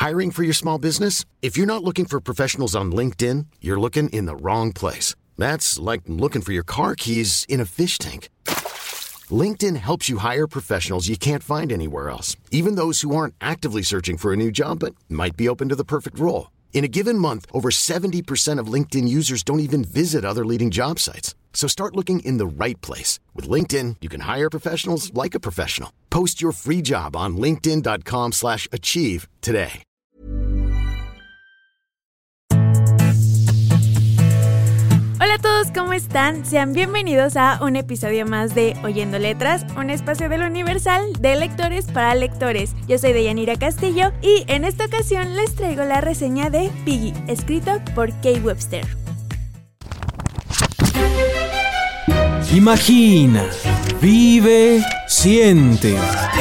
Hiring for your small business? If you're not looking for professionals on LinkedIn, you're looking in the wrong place. That's like looking for your car keys in a fish tank. LinkedIn helps you hire professionals you can't find anywhere else, even those who aren't actively searching for a new job but might be open to the perfect role. In a given month, over 70% of LinkedIn users don't even visit other leading job sites. So start looking in the right place. With LinkedIn, you can hire professionals like a professional. Post your free job on linkedin.com/achieve today. Hola a todos, ¿cómo están? Sean bienvenidos a un episodio más de Oyendo Letras, un espacio del Universal de lectores para lectores. Yo soy Deyanira Castillo y en esta ocasión les traigo la reseña de Piggy, escrito por Kate Webster. Imagina, vive, siente.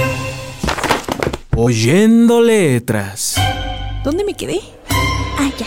Oyendo Letras. ¿Dónde me quedé? Ah, ya.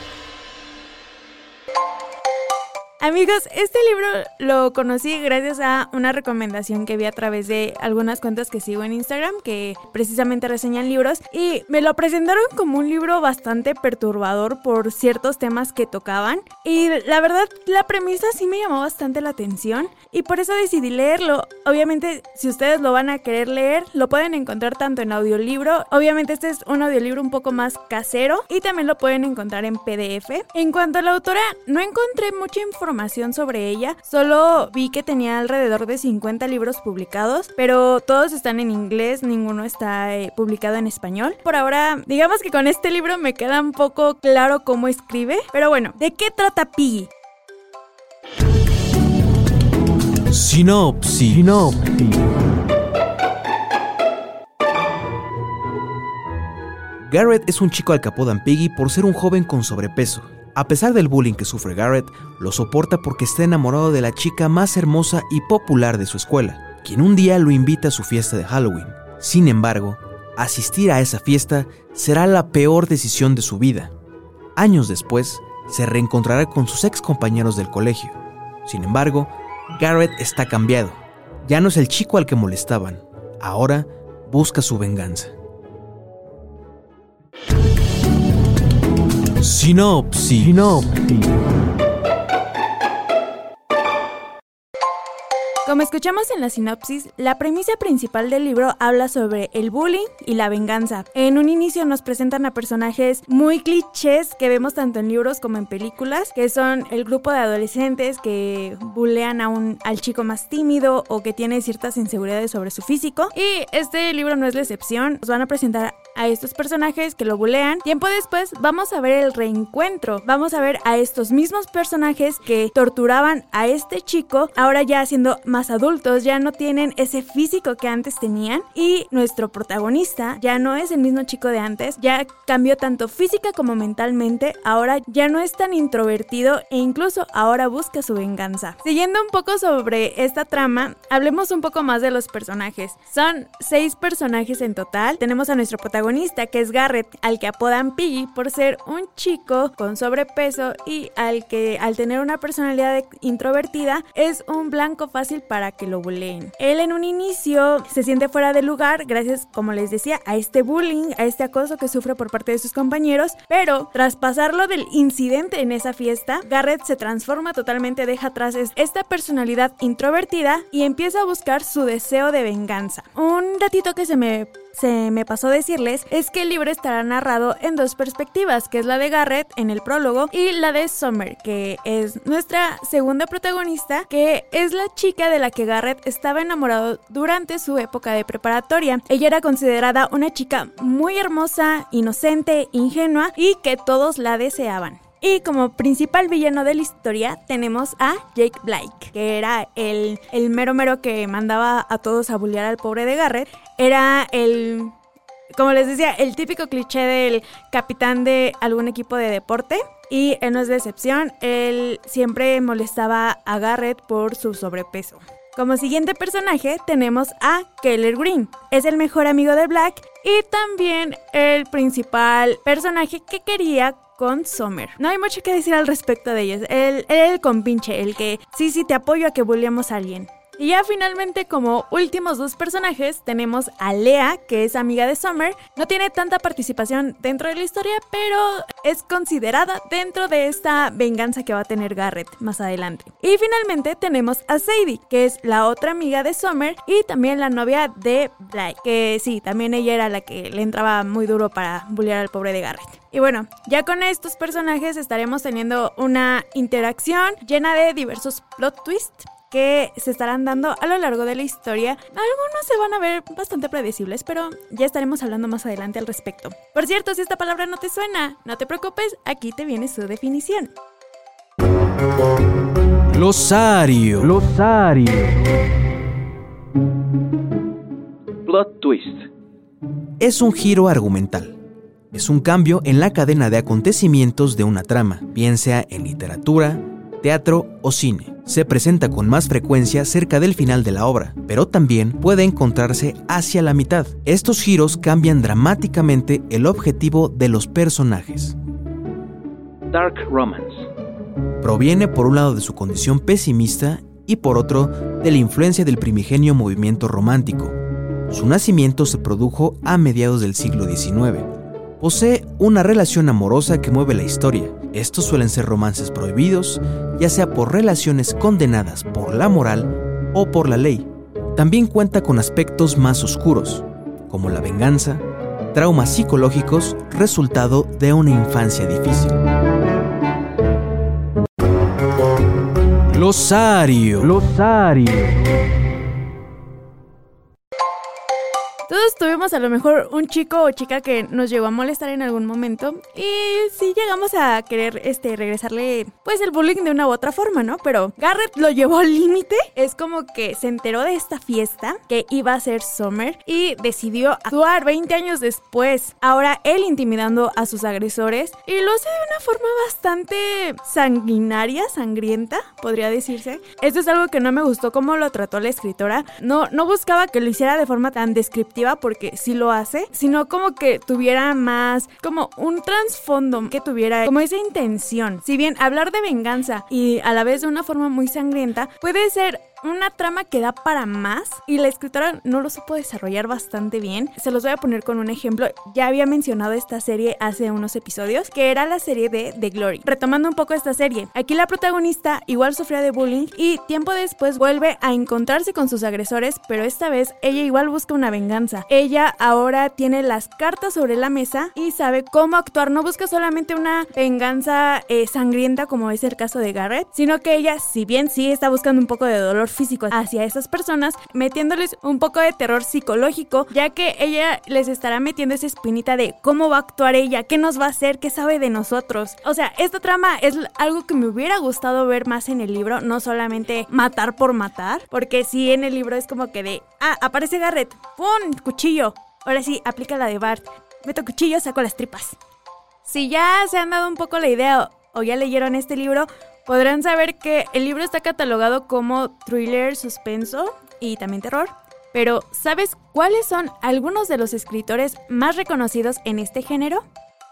Amigos, este libro lo conocí gracias a una recomendación que vi a través de algunas cuentas que sigo en Instagram que precisamente reseñan libros y me lo presentaron como un libro bastante perturbador por ciertos temas que tocaban y la verdad la premisa sí me llamó bastante la atención y por eso decidí leerlo. Obviamente si ustedes lo van a querer leer lo pueden encontrar tanto en audiolibro, obviamente este es un audiolibro un poco más casero y también lo pueden encontrar en PDF. En cuanto a la autora, no encontré mucha información sobre ella, solo vi que tenía alrededor de 50 libros publicados, pero todos están en inglés, ninguno está publicado en español. Por ahora, digamos que con este libro me queda un poco claro cómo escribe, pero bueno, ¿de qué trata Piggy? Sinopsis. Garrett es un chico al que apodan Piggy por ser un joven con sobrepeso. A pesar del bullying que sufre Garrett, lo soporta porque está enamorado de la chica más hermosa y popular de su escuela, quien un día lo invita a su fiesta de Halloween. Sin embargo, asistir a esa fiesta será la peor decisión de su vida. Años después, se reencontrará con sus ex compañeros del colegio. Sin embargo, Garrett está cambiado. Ya no es el chico al que molestaban. Ahora busca su venganza. Sinopsis. Como escuchamos en la sinopsis, la premisa principal del libro habla sobre el bullying y la venganza. En un inicio nos presentan a personajes muy clichés que vemos tanto en libros como en películas, que son el grupo de adolescentes que bullean al chico más tímido o que tiene ciertas inseguridades sobre su físico. Y este libro no es la excepción. Nos van a presentar a estos personajes que lo bullean. Tiempo después vamos a ver el reencuentro. Vamos a ver a estos mismos personajes que torturaban a este chico, ahora ya siendo más adultos, ya no tienen ese físico que antes tenían y nuestro protagonista ya no es el mismo chico de antes, ya cambió tanto física como mentalmente, ahora ya no es tan introvertido e incluso ahora busca su venganza. Siguiendo un poco sobre esta trama, hablemos un poco más de los personajes. Son 6 personajes en total. Tenemos a nuestro protagonista que es Garrett, al que apodan Piggy por ser un chico con sobrepeso y al que al tener una personalidad introvertida es un blanco fácil para que lo bulleen. Él en un inicio se siente fuera de lugar gracias, como les decía, a este bullying, a este acoso que sufre por parte de sus compañeros, pero tras pasarlo del incidente en esa fiesta, Garrett se transforma totalmente, deja atrás esta personalidad introvertida y empieza a buscar su deseo de venganza. Un datito que se me pasó decirles es que el libro estará narrado en 2 perspectivas, que es la de Garrett en el prólogo y la de Summer, que es nuestra segunda protagonista, que es la chica de la que Garrett estaba enamorado durante su época de preparatoria. Ella era considerada una chica muy hermosa, inocente, ingenua y que todos la deseaban. Y como principal villano de la historia tenemos a Jake Blake, que era el mero que mandaba a todos a bullear al pobre de Garrett. Era como les decía, el típico cliché del capitán de algún equipo de deporte. Y él no es de excepción, él siempre molestaba a Garrett por su sobrepeso. Como siguiente personaje tenemos a Keller Green. Es el mejor amigo de Black y también el principal personaje que quería con Summer. No hay mucho que decir al respecto de ellos. Él era el compinche, el que sí te apoyo a que bulleemos a alguien. Y ya finalmente, como últimos 2 personajes, tenemos a Lea, que es amiga de Summer. No tiene tanta participación dentro de la historia, pero es considerada dentro de esta venganza que va a tener Garrett más adelante. Y finalmente tenemos a Sadie, que es la otra amiga de Summer y también la novia de Bly, que sí, también ella era la que le entraba muy duro para bullear al pobre de Garrett. Y bueno, ya con estos personajes estaremos teniendo una interacción llena de diversos plot twists que se estarán dando a lo largo de la historia. Algunos se van a ver bastante predecibles, pero ya estaremos hablando más adelante al respecto. Por cierto, si esta palabra no te suena, no te preocupes, aquí te viene su definición. Glosario. Plot twist. Es un giro argumental. Es un cambio en la cadena de acontecimientos de una trama, bien sea en literatura, teatro o cine. Se presenta con más frecuencia cerca del final de la obra, pero también puede encontrarse hacia la mitad. Estos giros cambian dramáticamente el objetivo de los personajes. Dark romance. Proviene por un lado de su condición pesimista y por otro de la influencia del primigenio movimiento romántico. Su nacimiento se produjo a mediados del siglo XIX. Posee una relación amorosa que mueve la historia. Estos suelen ser romances prohibidos, ya sea por relaciones condenadas por la moral o por la ley. También cuenta con aspectos más oscuros, como la venganza, traumas psicológicos, resultado de una infancia difícil. Glosario. Todos tuvimos a lo mejor un chico o chica que nos llegó a molestar en algún momento y sí llegamos a querer regresarle pues el bullying de una u otra forma, ¿no? Pero Garrett lo llevó al límite. Es como que se enteró de esta fiesta que iba a ser Summer y decidió actuar 20 años después. Ahora él intimidando a sus agresores y lo hace de una forma bastante sanguinaria, sangrienta, podría decirse. Esto es algo que no me gustó cómo lo trató la escritora. No buscaba que lo hiciera de forma tan descriptiva, porque sí lo hace, sino como que tuviera más, como un trasfondo, que tuviera como esa intención. Si bien hablar de venganza y a la vez de una forma muy sangrienta puede ser una trama que da para más y la escritora no lo supo desarrollar bastante bien. Se los voy a poner con un ejemplo. Ya había mencionado esta serie hace unos episodios, que era la serie de The Glory. Retomando un poco esta serie, aquí la protagonista igual sufría de bullying y tiempo después vuelve a encontrarse con sus agresores, pero esta vez ella igual busca una venganza. Ella ahora tiene las cartas sobre la mesa y sabe cómo actuar. No busca solamente una venganza sangrienta como es el caso de Garrett, sino que ella, si bien sí está buscando un poco de dolor físico hacia esas personas, metiéndoles un poco de terror psicológico, ya que ella les estará metiendo esa espinita de cómo va a actuar ella, qué nos va a hacer, qué sabe de nosotros. O sea, esta trama es algo que me hubiera gustado ver más en el libro, no solamente matar por matar, porque sí, en el libro es como que de, aparece Garrett, ¡pum! Cuchillo. Ahora sí, aplica la de Bart, meto cuchillo, saco las tripas. Si ya se han dado un poco la idea o ya leyeron este libro, podrán saber que el libro está catalogado como thriller, suspenso y también terror. Pero, ¿sabes cuáles son algunos de los escritores más reconocidos en este género?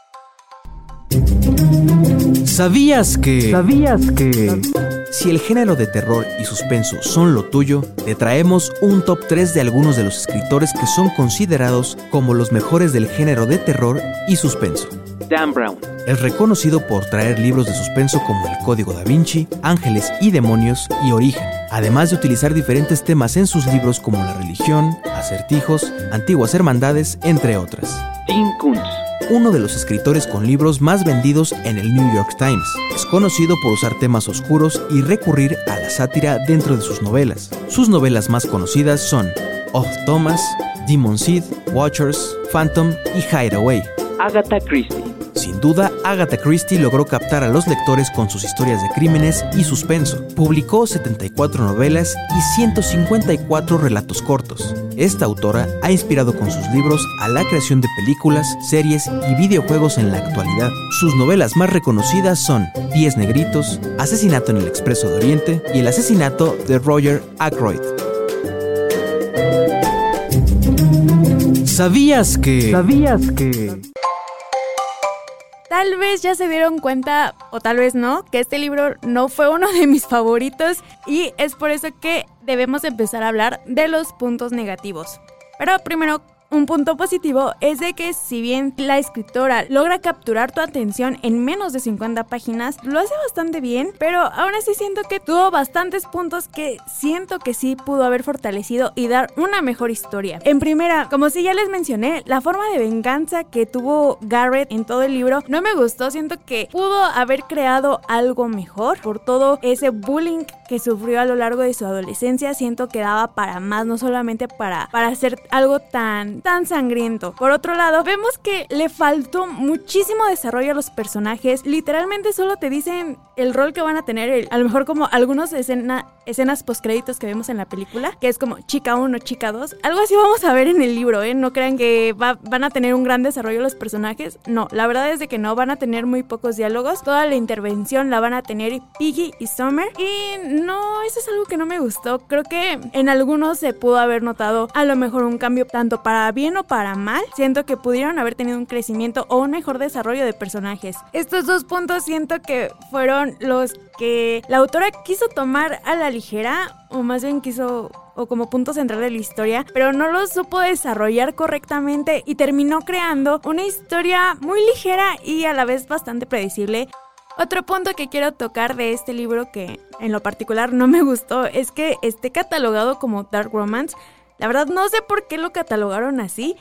¿Sabías que? Si el género de terror y suspenso son lo tuyo, te traemos un top 3 de algunos de los escritores que son considerados como los mejores del género de terror y suspenso. Dan Brown. Es reconocido por traer libros de suspenso como El Código Da Vinci, Ángeles y Demonios y Origen, además de utilizar diferentes temas en sus libros como la religión, acertijos, antiguas hermandades, entre otras. Dean Koontz. Uno de los escritores con libros más vendidos en el New York Times. Es conocido por usar temas oscuros y recurrir a la sátira dentro de sus novelas. Sus novelas más conocidas son Of Thomas, Demon Seed, Watchers, Phantom y Hideaway. Agatha Christie. Sin duda, Agatha Christie logró captar a los lectores con sus historias de crímenes y suspenso. Publicó 74 novelas y 154 relatos cortos. Esta autora ha inspirado con sus libros a la creación de películas, series y videojuegos en la actualidad. Sus novelas más reconocidas son 10 negritos, Asesinato en el Expreso de Oriente y El asesinato de Roger Ackroyd. ¿Sabías que? tal vez ya se dieron cuenta, o tal vez no, que este libro no fue uno de mis favoritos y es por eso que debemos empezar a hablar de los puntos negativos. Pero primero, un punto positivo es de que si bien la escritora logra capturar tu atención en menos de 50 páginas, lo hace bastante bien, pero aún así siento que tuvo bastantes puntos que siento que sí pudo haber fortalecido y dar una mejor historia. En primera, como si ya les mencioné, la forma de venganza que tuvo Garrett en todo el libro no me gustó, siento que pudo haber creado algo mejor por todo ese bullying que sufrió a lo largo de su adolescencia, siento que daba para más, no solamente para hacer algo tan sangriento. Por otro lado, vemos que le faltó muchísimo desarrollo a los personajes, literalmente solo te dicen el rol que van a tener, a lo mejor como algunas escenas postcréditos que vemos en la película, que es como chica 1, chica 2, algo así vamos a ver en el libro, no crean que van a tener un gran desarrollo los personajes, no, la verdad es de que no, van a tener muy pocos diálogos, toda la intervención la van a tener Piggy y Summer, y no, eso es algo que no me gustó, creo que en algunos se pudo haber notado a lo mejor un cambio tanto para bien o para mal, siento que pudieron haber tenido un crecimiento o un mejor desarrollo de personajes. Estos dos puntos siento que fueron los que la autora quiso tomar a la ligera, o más bien quiso, o como punto central de la historia, pero no lo supo desarrollar correctamente y terminó creando una historia muy ligera y a la vez bastante predecible. Otro punto que quiero tocar de este libro que en lo particular no me gustó es que esté catalogado como Dark Romance. La verdad no sé por qué lo catalogaron así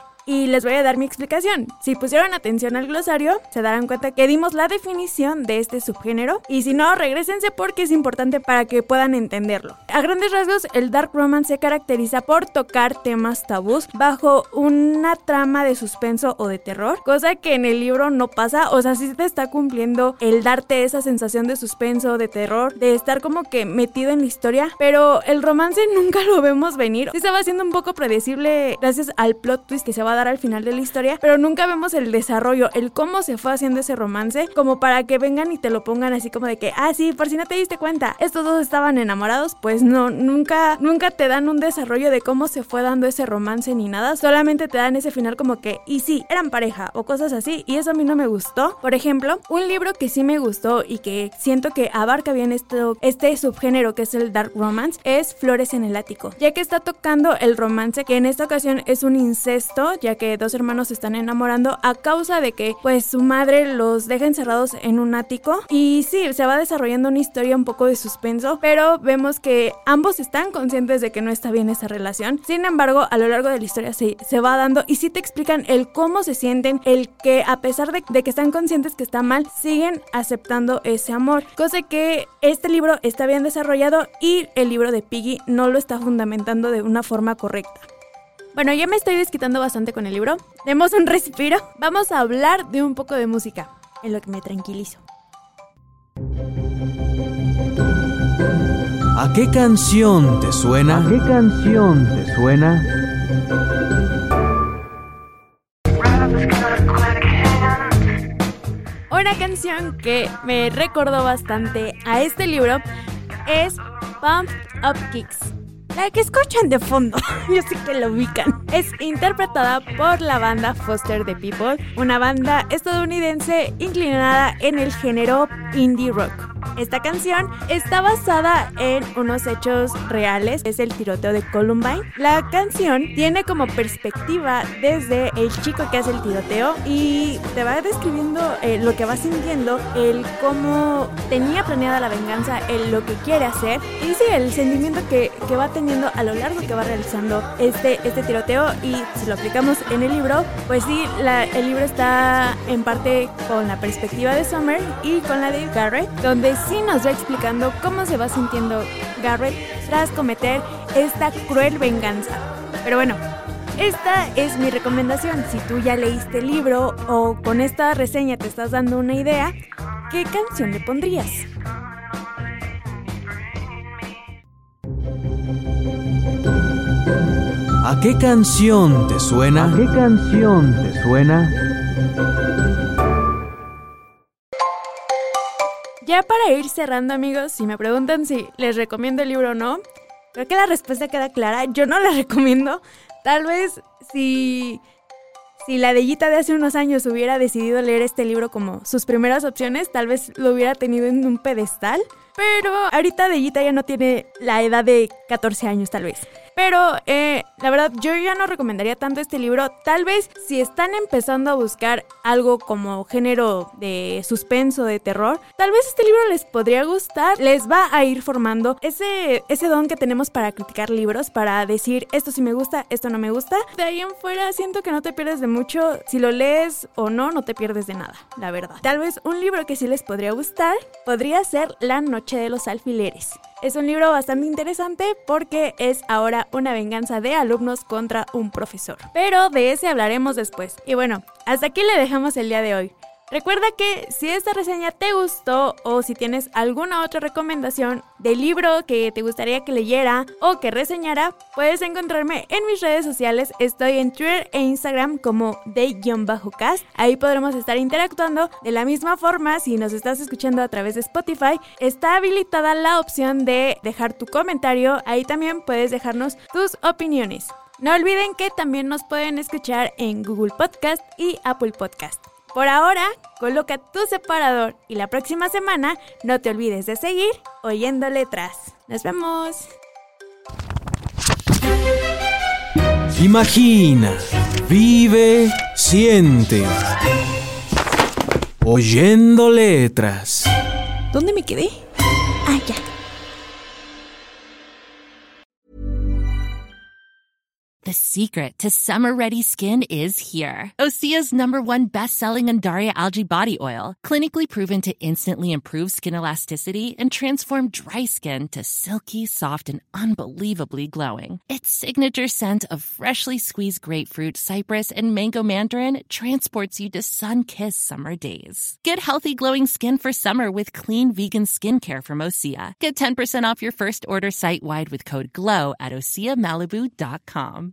y les voy a dar mi explicación. Si pusieron atención al glosario, se darán cuenta que dimos la definición de este subgénero y si no, regrésense porque es importante para que puedan entenderlo. A grandes rasgos, el Dark Romance se caracteriza por tocar temas tabús bajo una trama de suspenso o de terror, cosa que en el libro no pasa, o sea, sí te está cumpliendo el darte esa sensación de suspenso, de terror, de estar como que metido en la historia, pero el romance nunca lo vemos venir. Sí se va haciendo un poco predecible gracias al plot twist que se va a dar al final de la historia, pero nunca vemos el desarrollo, el cómo se fue haciendo ese romance, como para que vengan y te lo pongan así como de que, sí, por si no te diste cuenta, estos dos estaban enamorados, pues no, nunca te dan un desarrollo de cómo se fue dando ese romance ni nada, solamente te dan ese final como que, y sí, eran pareja, o cosas así, y eso a mí no me gustó. Por ejemplo, un libro que sí me gustó y que siento que abarca bien este subgénero que es el Dark Romance, es Flores en el ático, ya que está tocando el romance que en esta ocasión es un incesto, ya que dos hermanos se están enamorando a causa de que pues su madre los deja encerrados en un ático y sí, se va desarrollando una historia un poco de suspenso, pero vemos que ambos están conscientes de que no está bien esa relación. Sin embargo, a lo largo de la historia se va dando y sí te explican el cómo se sienten, el que a pesar de que están conscientes que está mal, siguen aceptando ese amor, cosa que este libro está bien desarrollado y el libro de Piggy no lo está fundamentando de una forma correcta. Bueno, ya me estoy desquitando bastante con el libro. Demos un respiro. Vamos a hablar de un poco de música, en lo que me tranquilizo. ¿A qué canción te suena? ¿A qué canción te suena? Una canción que me recordó bastante a este libro es Pumped Up Kicks. La que escuchan de fondo, yo sé que lo ubican. Es interpretada por la banda Foster the People, una banda estadounidense inclinada en el género indie rock. Esta canción está basada en unos hechos reales, es el tiroteo de Columbine. La canción tiene como perspectiva desde el chico que hace el tiroteo y te va describiendo lo que va sintiendo, el cómo tenía planeada la venganza, lo que quiere hacer y sí, el sentimiento que va teniendo a lo largo que va realizando este tiroteo. Y si lo aplicamos en el libro, pues sí, el libro está en parte con la perspectiva de Summer y con la de Garrett, donde sí nos va explicando cómo se va sintiendo Garrett tras cometer esta cruel venganza. Pero bueno, esta es mi recomendación. Si tú ya leíste el libro o con esta reseña te estás dando una idea, ¿qué canción le pondrías? ¿A qué canción te suena? ¿A qué canción te suena? Ya para ir cerrando, amigos, si me preguntan si les recomiendo el libro o no, creo que la respuesta queda clara. Yo no la recomiendo. Tal vez si Si la Deyita de hace unos años hubiera decidido leer este libro como sus primeras opciones, tal vez lo hubiera tenido en un pedestal. Pero ahorita Deyita ya no tiene la edad de 14 años tal vez. Pero la verdad yo ya no recomendaría tanto este libro. Tal vez si están empezando a buscar algo como género de suspenso, de terror, tal vez este libro les podría gustar. Les va a ir formando ese don que tenemos para criticar libros, para decir esto sí me gusta, esto no me gusta. De ahí en fuera siento que no te pierdes de mucho. Si lo lees o no te pierdes de nada, la verdad. Tal vez un libro que sí les podría gustar podría ser La Noche de los Alfileres. Es un libro bastante interesante porque es ahora una venganza de alumnos contra un profesor. Pero de ese hablaremos después. Y bueno, hasta aquí le dejamos el día de hoy. Recuerda que si esta reseña te gustó o si tienes alguna otra recomendación de libro que te gustaría que leyera o que reseñara, puedes encontrarme en mis redes sociales. Estoy en Twitter e Instagram como _cast. Ahí podremos estar interactuando. De la misma forma, si nos estás escuchando a través de Spotify, está habilitada la opción de dejar tu comentario. Ahí también puedes dejarnos tus opiniones. No olviden que también nos pueden escuchar en Google Podcast y Apple Podcast. Por ahora, coloca tu separador y la próxima semana no te olvides de seguir Oyendo Letras. ¡Nos vemos! Imagina, vive, siente. Oyendo Letras. ¿Dónde me quedé? Ah, ya. The secret to summer-ready skin is here. Osea's #1 best-selling Undaria Algae Body Oil, clinically proven to instantly improve skin elasticity and transform dry skin to silky, soft, and unbelievably glowing. Its signature scent of freshly squeezed grapefruit, cypress, and mango mandarin transports you to sun-kissed summer days. Get healthy, glowing skin for summer with clean, vegan skincare from Osea. Get 10% off your first order site-wide with code GLOW at OseaMalibu.com.